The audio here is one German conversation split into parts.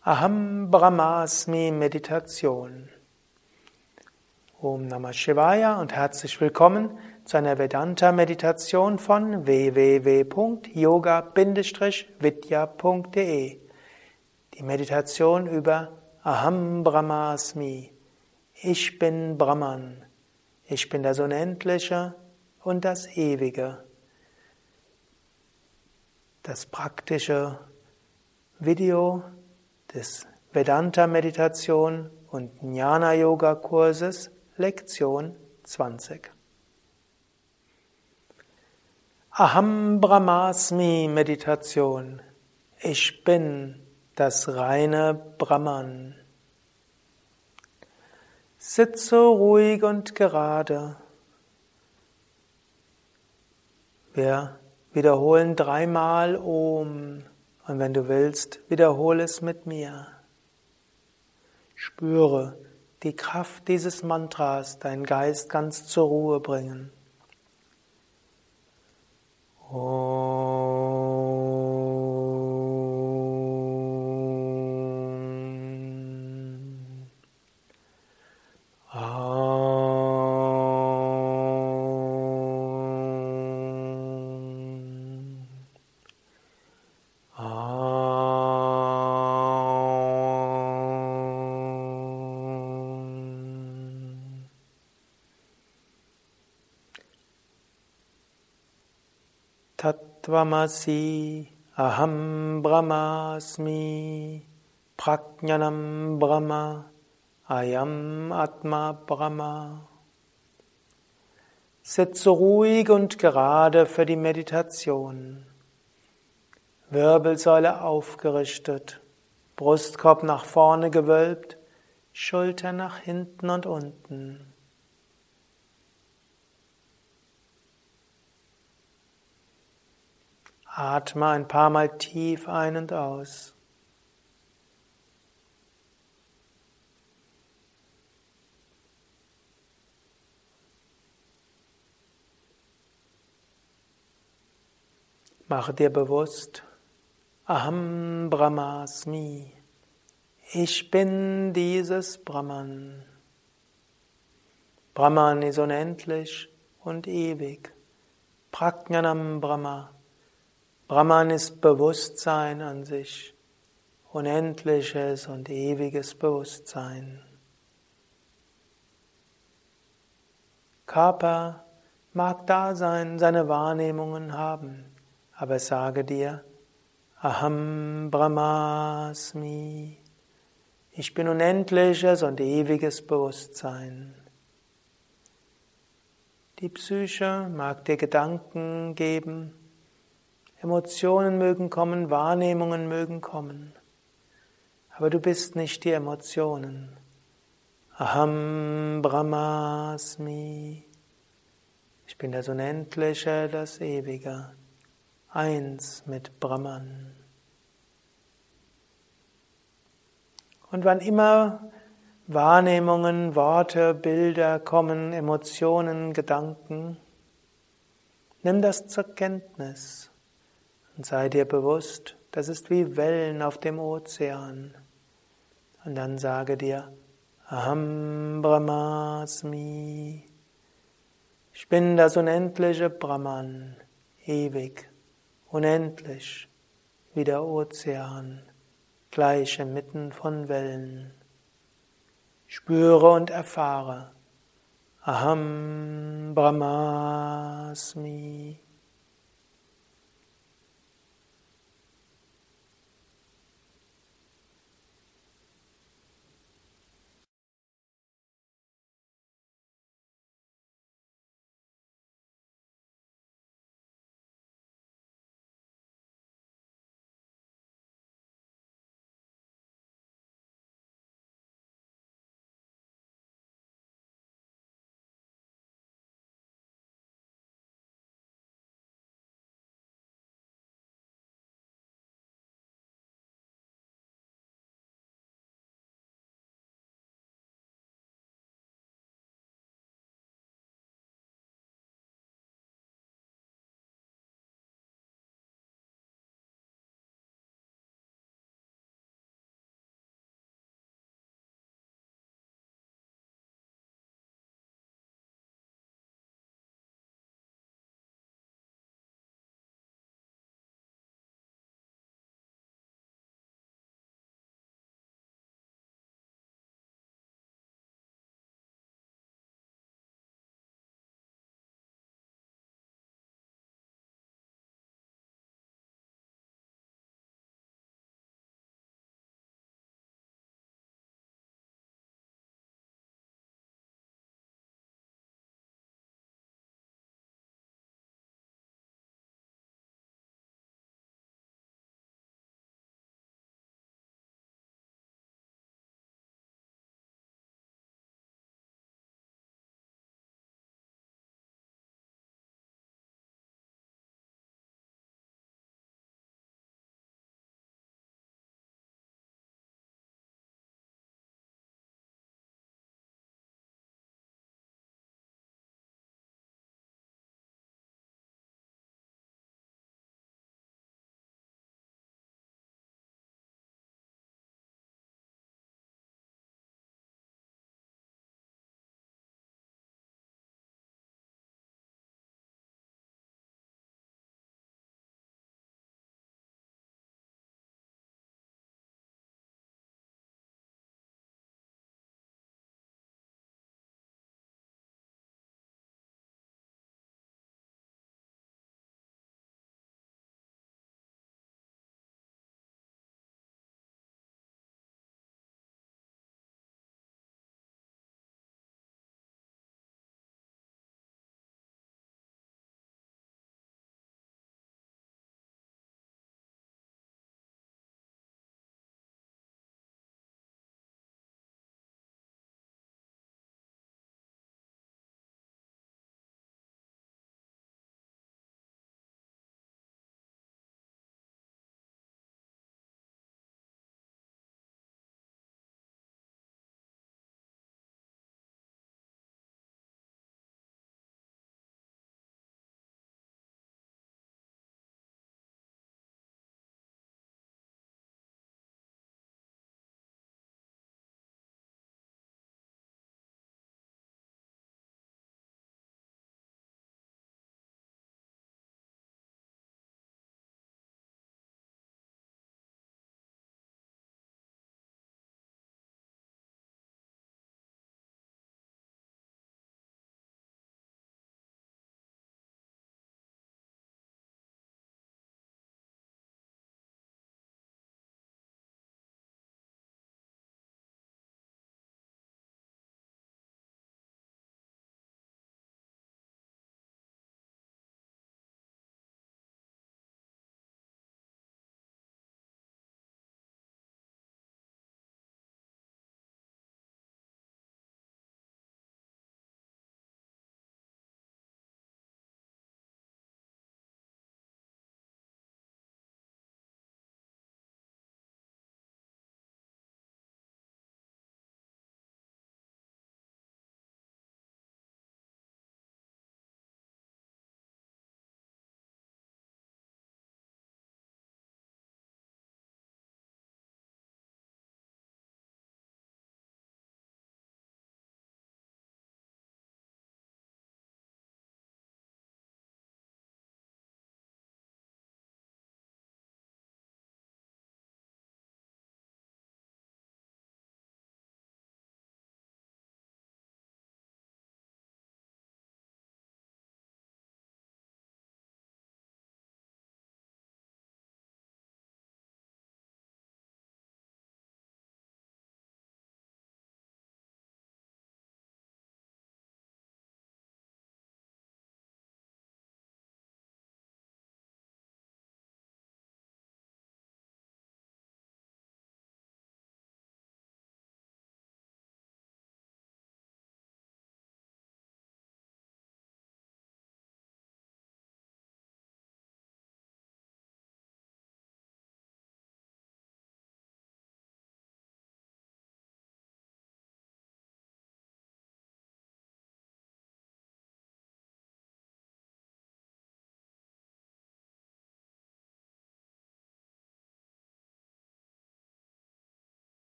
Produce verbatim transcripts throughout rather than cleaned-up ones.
Aham Brahmasmi Meditation. Om Namah Shivaya und herzlich willkommen zu einer Vedanta-Meditation von w w w punkt yoga vidya punkt de. Die Meditation über Aham Brahmasmi. Ich bin Brahman. Ich bin das Unendliche und das Ewige. Das praktische Video des Vedanta-Meditation und Jnana-Yoga-Kurses Lektion zwanzig. Aham Brahmasmi Meditation. Ich bin das reine Brahman. Sitze ruhig und gerade. Wir wiederholen dreimal Om. Und wenn du willst, wiederhole es mit mir. Spüre die Kraft dieses Mantras, deinen Geist ganz zur Ruhe bringen. Om. Tattvamasi Aham Brahmasmi Prajnanam Brahma Ayam Atma Brahma. Sitze ruhig und gerade für die Meditation. Wirbelsäule aufgerichtet, Brustkorb nach vorne gewölbt, Schultern nach hinten und unten. Atme ein paar Mal tief ein und aus. Mache dir bewusst, Aham Brahmasmi. Ich bin dieses Brahman. Brahman ist unendlich und ewig. Prajnanam Brahma. Brahman ist Bewusstsein an sich, unendliches und ewiges Bewusstsein. Körper mag da sein, seine Wahrnehmungen haben, aber sage dir, Aham Brahmasmi, ich bin unendliches und ewiges Bewusstsein. Die Psyche mag dir Gedanken geben, Emotionen mögen kommen, Wahrnehmungen mögen kommen, aber du bist nicht die Emotionen. Aham Brahmasmi. Ich bin das Unendliche, das Ewige, eins mit Brahman. Und wann immer Wahrnehmungen, Worte, Bilder kommen, Emotionen, Gedanken, nimm das zur Kenntnis. Und sei dir bewusst, das ist wie Wellen auf dem Ozean. Und dann sage dir, Aham Brahmasmi. Ich bin das unendliche Brahman, ewig, unendlich, wie der Ozean, gleich inmitten von Wellen. Spüre und erfahre, Aham Brahmasmi.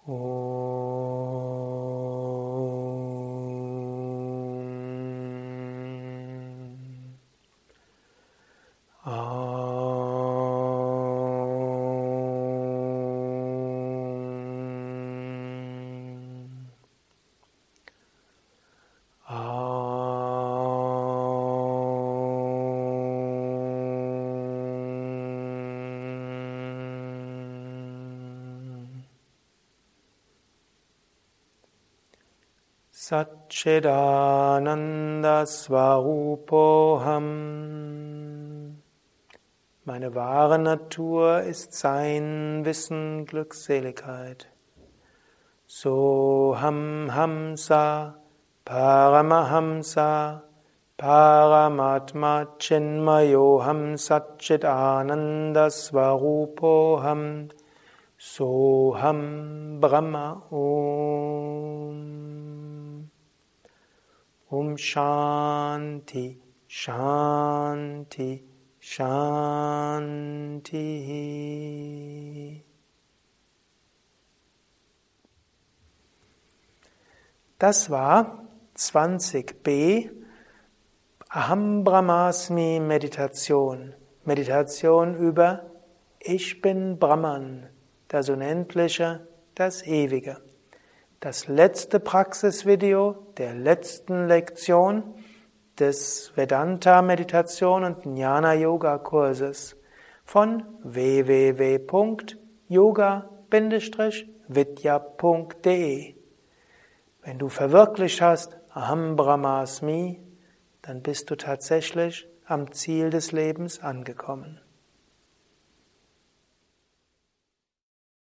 Satchidananda Svarupoham. Meine wahre Natur ist Sein, Wissen, Glückseligkeit. Soham Hamsa, Paramahamsa, Paramatma Chinmayoham Satchidananda Svarupoham, Soham Brahma Om. Om Shanti, Shanti, Shanti. Das war zwanzig b Aham Brahmasmi Meditation. Meditation über Ich bin Brahman, das Unendliche, das Ewige. Das letzte Praxisvideo der letzten Lektion des Vedanta-Meditation und Jnana-Yoga-Kurses von w w w punkt yoga Bindestrich vidya punkt de. Wenn du verwirklicht hast, Aham Brahmasmi, dann bist du tatsächlich am Ziel des Lebens angekommen.